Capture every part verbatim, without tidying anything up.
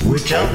うーちゃんな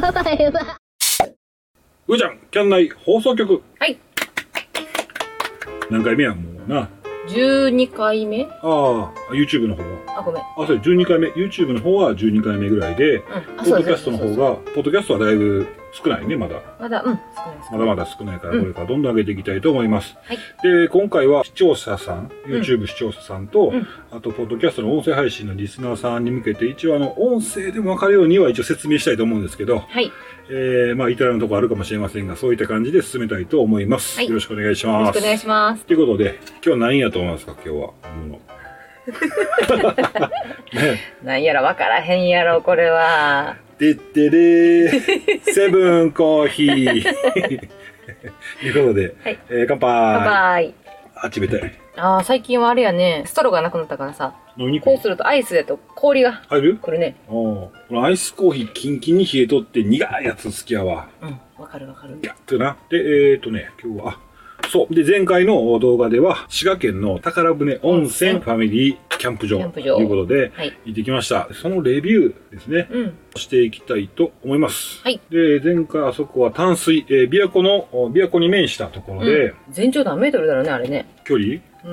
うーちゃんキャン内放送局。 はい。 何回目やもうな。 じゅうにかいめ。 ああ、YouTube の方は。 あ、ごめん。 あ、それじゅうにかいめ。YouTube の方はじゅうにかいめぐらいで、 うん。あ、 ポッドキャストの方が、ポッドキャストはだいぶ少ないね、まだ。 まだ、うん、少ないです。 まだまだ少ないから、これからどんどん上げていきたいと思います。 はい。 で、今回は視聴者さん、YouTube 視聴者さんと、 うん、 あと、ポッドキャストの音声配信のリスナーさんに向けて、一応あの、音声でもわかるようには一応説明したいと思うんですけど、 はい。 えー、まあ、至らぬところあるかもしれませんが、そういった感じで進めたいと思います。はい、よろしくお願いします。 よろしくお願いします。 ということで、今日何やと思いますか、今日は。もね、なんやらわからへんやろ、これは。 てってれー、セブンコーヒー。ということで、はい、えー、乾杯。 乾杯。 あ、冷たい。 ああ、最近はあれやね、ストローがなくなったからさ。飲みにくい。こうするとアイスだと氷が入る？ くるね。 おお。このアイスコーヒーキンキンに冷えとって苦いやつ好きやわ。 うん、わかるわかる。 やっとな。で、えーとね、今日は、あ、そう。で、前回の動画では、滋賀県の宝船温泉ファミリーキャンプ場ということで、はい、行ってきました。そのレビューですね、うん、していきたいと思います。はい。で、前回あそこは淡水、えー、琵琶湖の、琵琶湖に面したところで、うん、 全長何メートルだろうね、あれね。 距離？ うん。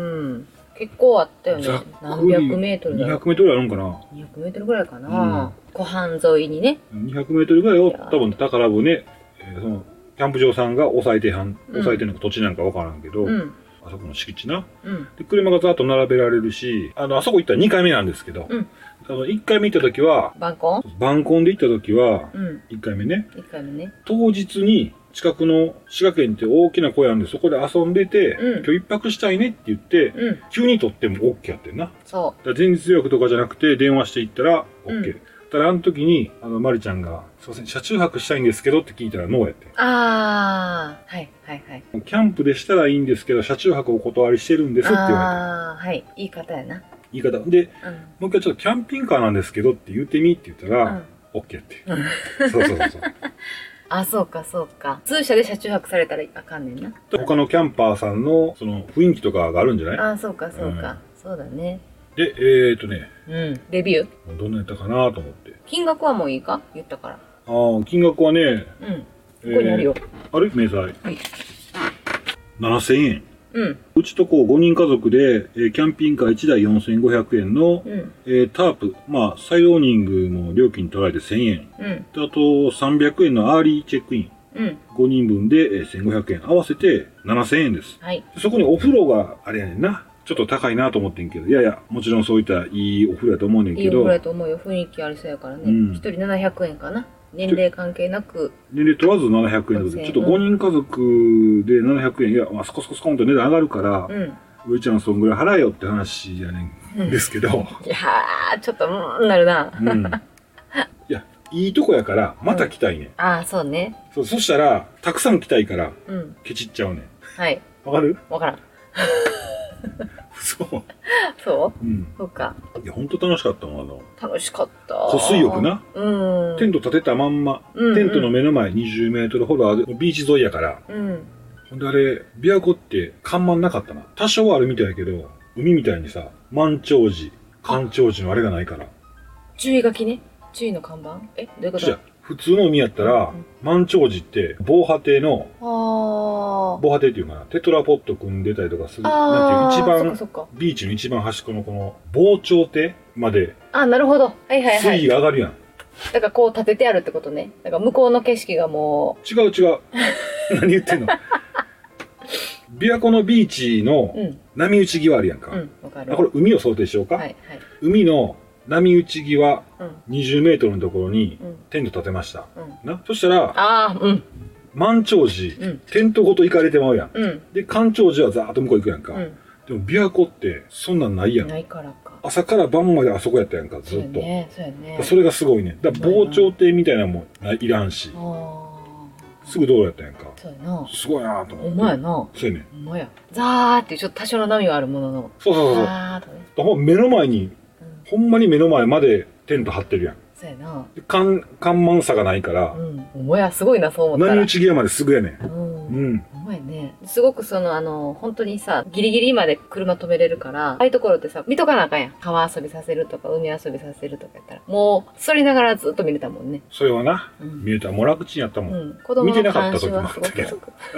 結構あったよね。何百メートルだろう。 にひゃくメートルあるんかな？ にひゃくメートルぐらいかな。湖畔沿いにね。 にひゃくメートルぐらいを多分宝船、えー、その、キャンプ場さんが抑えてはん、抑えてるのか土地なんかわからんけど、うん、あそこの敷地な、うん、で。車がざっと並べられるし、あの、あそこ行ったらにかいめなんですけど、うん、あの、いっかいめ行った時は、 晩婚晩婚で行った時は、うん、いっかいめね。 いっかいめね。当日に、近くの滋賀県って大きな公園あるんで、そこで遊んでて、うん、今日一泊したいねって言って、うん、急に撮っても OK やってんな。そう。だから前日予約とかじゃなくて、電話して行ったら OK。うん、ただあの時に、あの、まりちゃんが、すいません、車中泊したいんですけどって聞いたらノーやって。 ああ、はい、はい、はい。 キャンプでしたらいいんですけど、車中泊お断りしてるんですって言われた。 ああ、はい。言い方やな。 言い方。で、うん、もう一回ちょっとキャンピングカーなんですけどって言ってみって言ったら、うん、OK やって。うん、そうそうそうそう。 あ、そうか、そうか。通車で車中泊されたらあかんねんな。 他のキャンパーさんの、その、雰囲気とかがあるんじゃない？ あ、そうか、そうか。うん、そうだね。 で、えーとね。 うん。レビューどんなやったかなと思って。 金額はもういいか言ったから。 ああ、金額はね。うん。 ここにあるよ。 あれ明細。はい。ななせんえん。 うん。 うちとこうごにん家族で、えー、キャンピングカーいちだいよんせんごひゃくえんの、うん、えー、タープ、まあ、サイドオーニングも料金取られてせんえん。うん。であと、さんびゃくえんのアーリーチェックイン。うん。ごにんぶんで、えー、せんごひゃくえん。合わせてななせんえんです。はい。そこにお風呂があれやねんな。ちょっと高いなと思ってんけど、いやいや、もちろんそういったいいお風呂やと思うねんけど。 いいお風呂やと思うよ。雰囲気ありそうやからね。うん。ひとりななひゃくえんかな。年齢関係なく。 年齢問わずななひゃくえんで、ちょっとごにん家族でななひゃくえん、いや、まあ、スコスコスコンと値段上がるから、うん。ういちゃんそんぐらい払えよって話やねんですけど。うん、いやー、ちょっと、うん、なるな。うん。 いや、いいとこやから、また来たいねん。うん、 ああ、そうね。 そう、そしたら、たくさん来たいから、うん。ケチっちゃうねん。 はい。 わかる？ わからん。 そう。 そううん。そうか。 いや、ほんと楽しかったもん、あの。 楽しかった。 湖水浴な。うん。テント立てたまんま、うんうん、テントの目の前にじゅうメートルほどある、ビーチ沿いやから。うん。ほんであれ、琵琶湖って看板なかったな。多少はあるみたいやけど、海みたいにさ、満潮時、干潮時のあれがないから。 注意書きね。注意の看板？え、どういうこと？じゃ普通の海やったら、うん、満潮時って、防波堤の、防波堤っていうかな、テトラポット組んでたりとかする。なんていう、一番、ビーチの一番端っこのこの、防潮堤まで、 あ、なるほど。はいはいはい。 水位が上がるやん。 だからこう立ててあるってことね。だから向こうの景色がもう。違う違う。何言ってんの？琵琶湖のビーチの波打ち際あるやんか。うん、わかる。これ海を想定しようか。はいはい。海の波打ち際にじゅうメートルのところにテント建てました。うん、な、そしたら、ああ、うん。満潮時、うん、テントごと行かれてまうやん。うん、で、干潮時はザーッと向こう行くやんか。うん、でも琵琶湖ってそんなんないやん。 ないからか。 朝から晩まであそこやったやんか、ずっと。そうやね、そうやね。それがすごいね。だから防潮堤みたいなのもいらんし。すぐ道路やったやんか。そうやな。すごいなと思って。 ほんまやな。 そうやね。 ほんまや。ザーってちょっと多少の波はあるものの。 そうそうそう。ザーっとね。目の前に、ほんまに目の前までテント張ってるやん。そうやな。看、看板差がないから。 うん。ほんまや、すごいな、そう思ったら。 波打ち際まですぐやねん。うん。 うん。ほんほんまやね。すごくその、あの、本当にさ、ギリギリまで車止めれるから、ああいうところってさ、見とかなあかんやん。川遊びさせるとか、海遊びさせるとかやったら。もう、それながらずっと見れたもんね。 それはな、うん、見れたらもう楽ちんやったもん。うん、 子供の監視はすごく危なか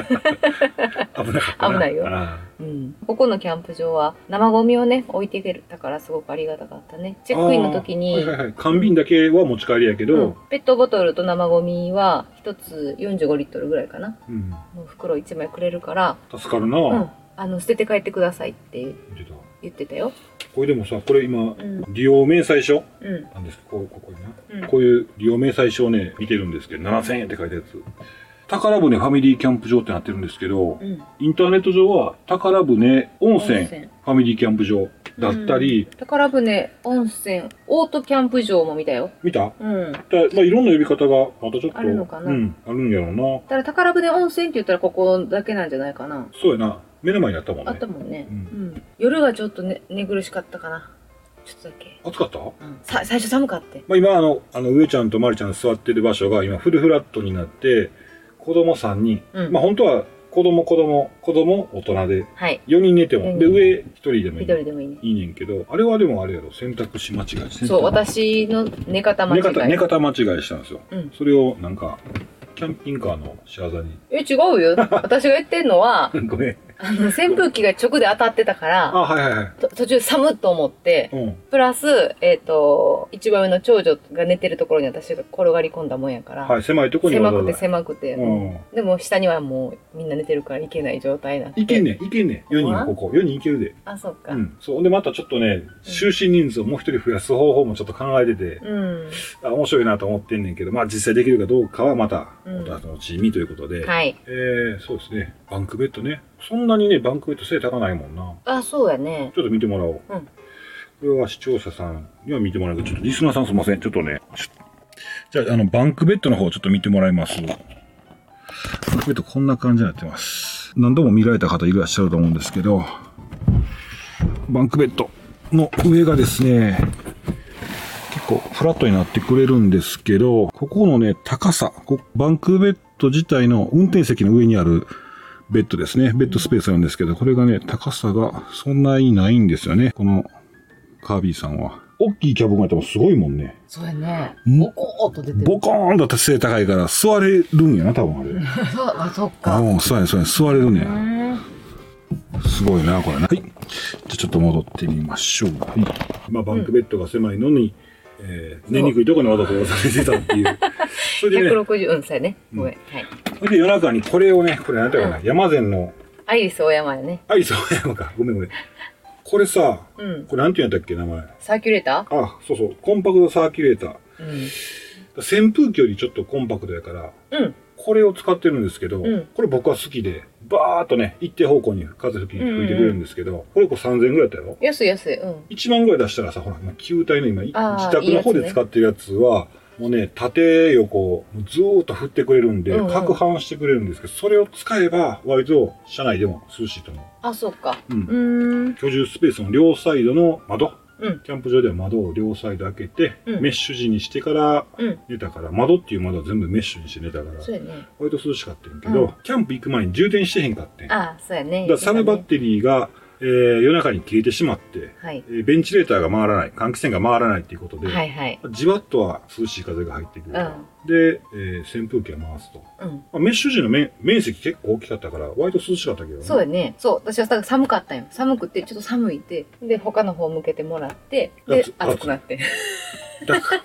ったな。危ないよ。うん。ここのキャンプ場は、生ゴミをね、置いていけたからすごくありがたかったね。チェックインの時に。 はいはいはい。缶瓶だけは持ち帰りやけど、うん、 ペットボトルと生ゴミは、一つよんじゅうごリットルぐらいかな。うん。の袋いちまいくれるから。 助かるな。 うん。あの、捨てて帰ってくださいって言ってたよ。 これでもさ、これ今、うん、利用明細書、うん、なんですこうここにな、うん、こういう利用明細書をね、見てるんですけど、ななせんえんって書いたやつ。宝船ファミリーキャンプ場ってなってるんですけど、うん、インターネット上は宝船温泉ファミリーキャンプ場だったり、 うん、宝船温泉オートキャンプ場も見たよ。 見た？うん。だまあいろんな呼び方がまたちょっとあるのかな。 うん、あるんやろうな。 だから宝船温泉って言ったらここだけなんじゃないかな。 そうやな。目の前にあったもんね。 あったもんね。うん。うん、夜はちょっとね寝苦しかったかな。ちょっとだけ。 暑かった？うん。 さ最初寒かった。 まあ今あのあの上ちゃんとまりちゃん座ってる場所が今フルフラットになって。子供さんにん、うん、まあ本当は子供子供子供大人でよにん寝ても、はい、で上ひとりでもいい、 でもいいね、 いいねんけど、あれはでもあれやろ、選択肢間違い。 そう、私の寝方間違い。 寝方寝方間違いしたんですよ、うん、それをなんかキャンピングカーの仕業に。 え、違うよ。私が言ってんのは、 ごめん。 あの、扇風機が直で当たってたから、 あ、はいはいはい。 途中寒っと思って、うん、プラス、えっ、ー、と、一番上の長女が寝てるところに私が転がり込んだもんやから、 はい、狭いところに狭くて狭くて、うん、でも下にはもうみんな寝てるから行けない状態になって。 行けんねん、行けんねん。よにんここ。よにん行けるで。 あ、そっか。 うん。そう。で、またちょっとね、就寝人数をもう一人増やす方法もちょっと考えてて、うん、あ面白いなと思ってんねんけど、まあ実際できるかどうかはまた、お楽しみということで、うん、はい。えー、そうですね。バンクベッドね。そんなにね、バンクベッド背高ないもんな。 あ、そうやね。 ちょっと見てもらおう。うん。これは視聴者さんには見てもらうけど、ちょっとリスナーさんすいません。ちょっとね。じゃあ、あの、バンクベッドの方ちょっと見てもらいます。バンクベッドこんな感じになってます。何度も見られた方いらっしゃると思うんですけど、バンクベッドの上がですね、結構フラットになってくれるんですけど、ここのね、高さ、バンクベッド自体の運転席の上にあるベッドですね。ベッドスペースなんですけど、これがね、高さがそんなにないんですよね。このカービィさんは。大きいキャブがやってもすごいもんね。 そうやね。ボコーンと出てる。 ボコーンと背高いから座れるんやな、多分あれ。 あ、そっか。 うん、そうやね、そうやね。座れるね。すごいな、これね。はい。じゃあちょっと戻ってみましょう。はい。まあ、バンクベッドが狭いのに、うん、えー、寝にくいところにわざと押されてたっていう。 それでね。ひゃくろくじゅう、うん、そうやね。ごめん。はい。 それで夜中にこれをね、これなんていうかな、うん、山善の。 アイリスオーヤマやね。 アイリスオーヤマか。ごめんごめん。これさ、うん、これなんていうんだっけ、名前。 サーキュレーター？あ、そうそう。コンパクトサーキュレーター。うん、扇風機よりちょっとコンパクトやから、うん、これを使ってるんですけど、うん、これ僕は好きで、バーっとね、一定方向に風吹き吹いてくれるんですけど、うんうん、これこうさんぜんえんぐらいだったよ。 安い安い。うん。 いちまんぐらい出したらさ、ほら、球体の今、自宅の方で使ってるやつは、もうね、縦横、ずーっと振ってくれるんで、うんうん、攪拌してくれるんですけど、それを使えば、割と車内でも涼しいと思う。 あ、そっか。 うん。うん居住スペースの両サイドの窓。うん、キャンプ場では窓を両サイド開けて、うん、メッシュ地にしてから寝たから、うん、窓っていう窓は全部メッシュにして寝たから、そうやね、割と涼しかったんやけど、うん、キャンプ行く前に充電してへんかってん。 ああ、そうやね。 だからサブバッテリーが、えー、夜中に切れてしまって、はい、えー、ベンチレーターが回らない、換気扇が回らないっていうことで、はいはい、じわっとは涼しい風が入ってくる。うん、で、えー、扇風機を回すと。うん、まあ、メッシュ地の面面積結構大きかったから、割と涼しかったけどね。 そうやね。そう。私は寒かったんよ。寒くて、ちょっと寒いて、で、他の方向けてもらって、で、暑くなって。 だから、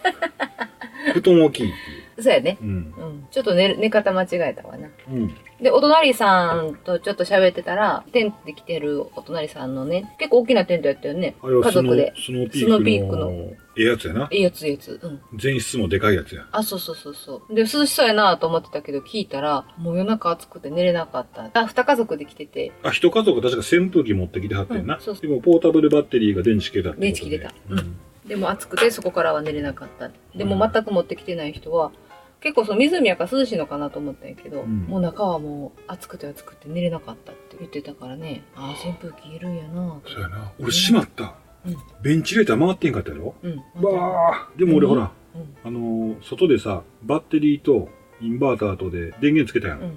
布団大きいっていう。 そうやね。うん。うん、ちょっと寝、寝方間違えたわな。うん。で、お隣さんとちょっと喋ってたら、テントで来てるお隣さんのね、結構大きなテントやったよね。家族で。 スノーピークの。ええやつやな。 ええやつ、ええやつ。うん。 前室もでかいやつや。 あ、そうそうそうそう。で、涼しそうやなと思ってたけど、聞いたら、もう夜中暑くて寝れなかった。あ、二家族で来てて。 あ、一家族確か扇風機持ってきてはってんな。うん、そうそう。でも、ポータブルバッテリーが電池切れたってことで。 電池切れた。うん。でも暑くて、そこからは寝れなかった。でも、全く持ってきてない人は、結構その湖やから涼しいのかなと思ったんやけど、うん、もう中はもう暑くて暑くて寝れなかったって言ってたからね、ああ、扇風機いるんやな。 そうやな。俺閉まった。うん、ベンチレーター回ってんかったやろ。うん。わー。でも俺ほら、うん、あのー、外でさ、バッテリーとインバーターとで電源つけたやん。うん、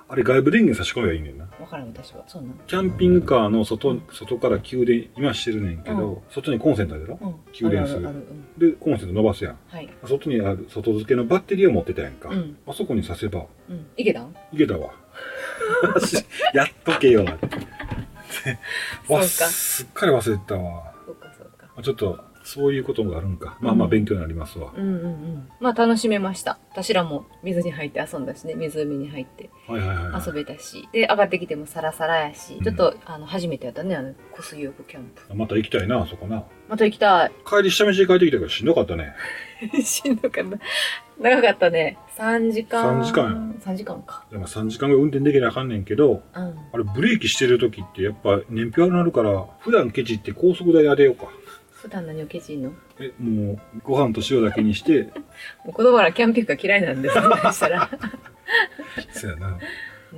あれ外部電源差し込めばいいねんな。 分からん私は。そうなん。 キャンピングカーの外、外から給電今してるねんけど、うん、外にコンセントあるやろ、うん、給電する。でコンセント伸ばすやん、はい、外にある外付けのバッテリーを持ってたやんか、うん、あそこにさせば、 うん、いけたん？ いけたわ。やっとけよ。 わすっかり忘れてたわ。そうかそうか。ちょっとそういうことがあるんか。まあまあ勉強になりますわ。 うんうんうん。まあ楽しめました。私らも水に入って遊んだしね、湖に入って遊べたし、で上がってきてもサラサラやし、うん、ちょっとあの初めてやったね、あの湖水浴キャンプ。 また行きたいな、あそこな。 また行きたい。 帰り下道で帰ってきたからしんどかったね。 しんどかった。長かったね。さんじかん。 さんじかんや。 さんじかんか。 でもさんじかんぐらい運転できなあかんねんけど、うん、あれブレーキしてる時ってやっぱ燃費悪なるから、普段ケチって高速代当てようか。 普段何をケチんの？え、 もうご飯と塩だけにして。 もう子供らキャンピングカー嫌いなんですよ、ね、したら。 そうやな。 うん、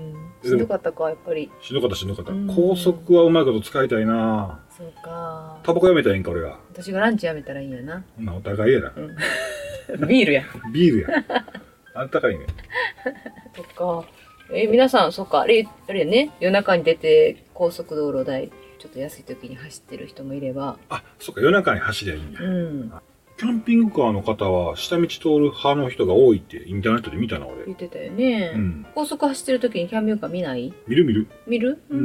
しんどかったか、やっぱり。 しんどかったしんどかった。高速はうまいこと使いたいな。 そうか。 タバコやめたらいいんか、俺が。 私がランチやめたらいいんやな。 まあ、お互いやな。 うん、ビールや。 ビールや。あったかいね。 そっか。え、皆さん、そっか。あれ、あれやね。夜中に出て、高速道路代、ちょっと安い時に走ってる人もいれば。 あ、そっか。夜中に走りゃいいんや。うん。キャンピングカーの方は下道通る派の人が多いってインターネットで見たな、俺。 言ってたよね。うん。高速走ってる時にキャンピングカー見ない？ 見る見る。 見る？うん。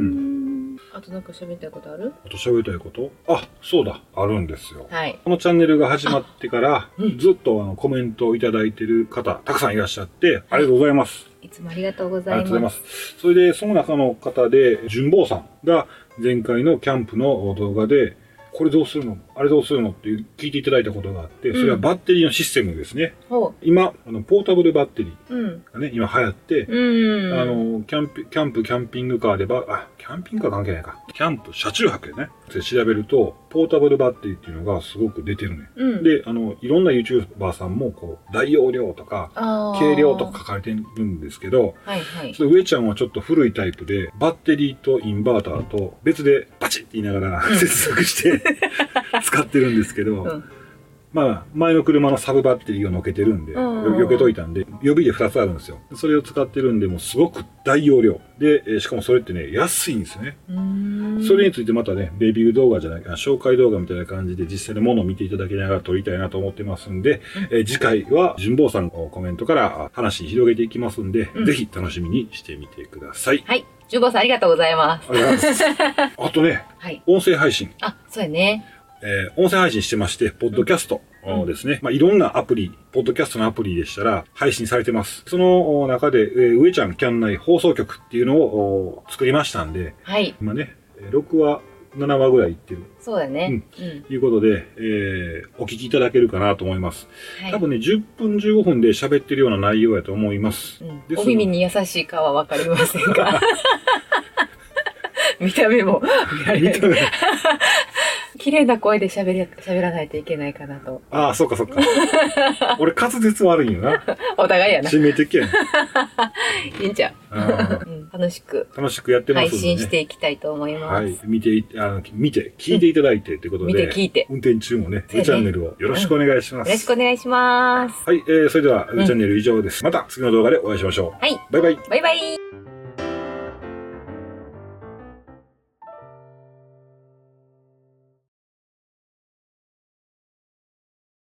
あとなんか喋りたいことある？ あと喋りたいこと？あ、そうだ。あるんですよ。はい。このチャンネルが始まってから、うん、ずっとあのコメントをいただいてる方、たくさんいらっしゃって、ありがとうございます。 いつもありがとうございます。ありがとうございます。 それで、その中の方で、純坊さんが前回のキャンプの動画で、これどうするのあれどうするのって聞いていただいたことがあって、それはバッテリーのシステムですね。うん、今、あのポータブルバッテリーがね、うん、今流行って、うん、あの、キャンプ、キャンプ、キャンピングカーでば、あ、キャンピングカー関係ないか。キャンプ、車中泊でね。で調べると、ポータブルバッテリーっていうのがすごく出てるね。うん、で、あの、いろんな YouTuber さんも、こう、大容量とか、軽量とか書かれてるんですけど、はいはい、ちょっと上ちゃんはちょっと古いタイプで、バッテリーとインバーターと別でバチッって言いながら接続して、使ってるんですけど、うん、まあ前の車のサブバッテリーをのけてるんで、避けといたんで、予備でふたつあるんですよ。それを使ってるんで、もうすごく大容量で、しかもそれってね、安いんですよね。それについてまたね、レビュー動画じゃないか、紹介動画みたいな感じで実際のものを見ていただきながら撮りたいなと思ってますんで、うん、え次回は純坊さんのコメントから話広げていきますんで、うん、ぜひ楽しみにしてみてください。 はい。純坊さんありがとうございます。 ありがとうございます。あとね、はい、音声配信。 あ、そうやね。 えー、音声配信してまして、ポッドキャストをですね、うん、まあ、いろんなアプリ、ポッドキャストのアプリでしたら配信されてます。その中で、えー、上ちゃんキャン内放送局っていうのを作りましたんで、はい。今ね、ろくわ、ななわぐらいいってる。 そうだね。 うん。ということで、えー、お聞きいただけるかなと思います。はい、多分ね、じゅっぷんじゅうごふんで喋ってるような内容やと思います。 うん、お耳に優しいかはわかりませんが。見た目も見た目綺麗な声で喋り喋らないといけないかなと。 ああ、そっかそっか。俺滑舌悪いんよな。 お互いやな。 致命的やん。 いいんちゃう。うん、楽しく楽しくやってますので、 ね、配信していきたいと思います。はい、 見てあの見て聞いていただいてということで、 見て聞いて運転中もね、上チャンネルをよろしくお願いします。 よろしくお願いします。 はい、えー、それでは上チャンネル以上です。また次の動画でお会いしましょう。 はい、 バイバイ。 バイバイ。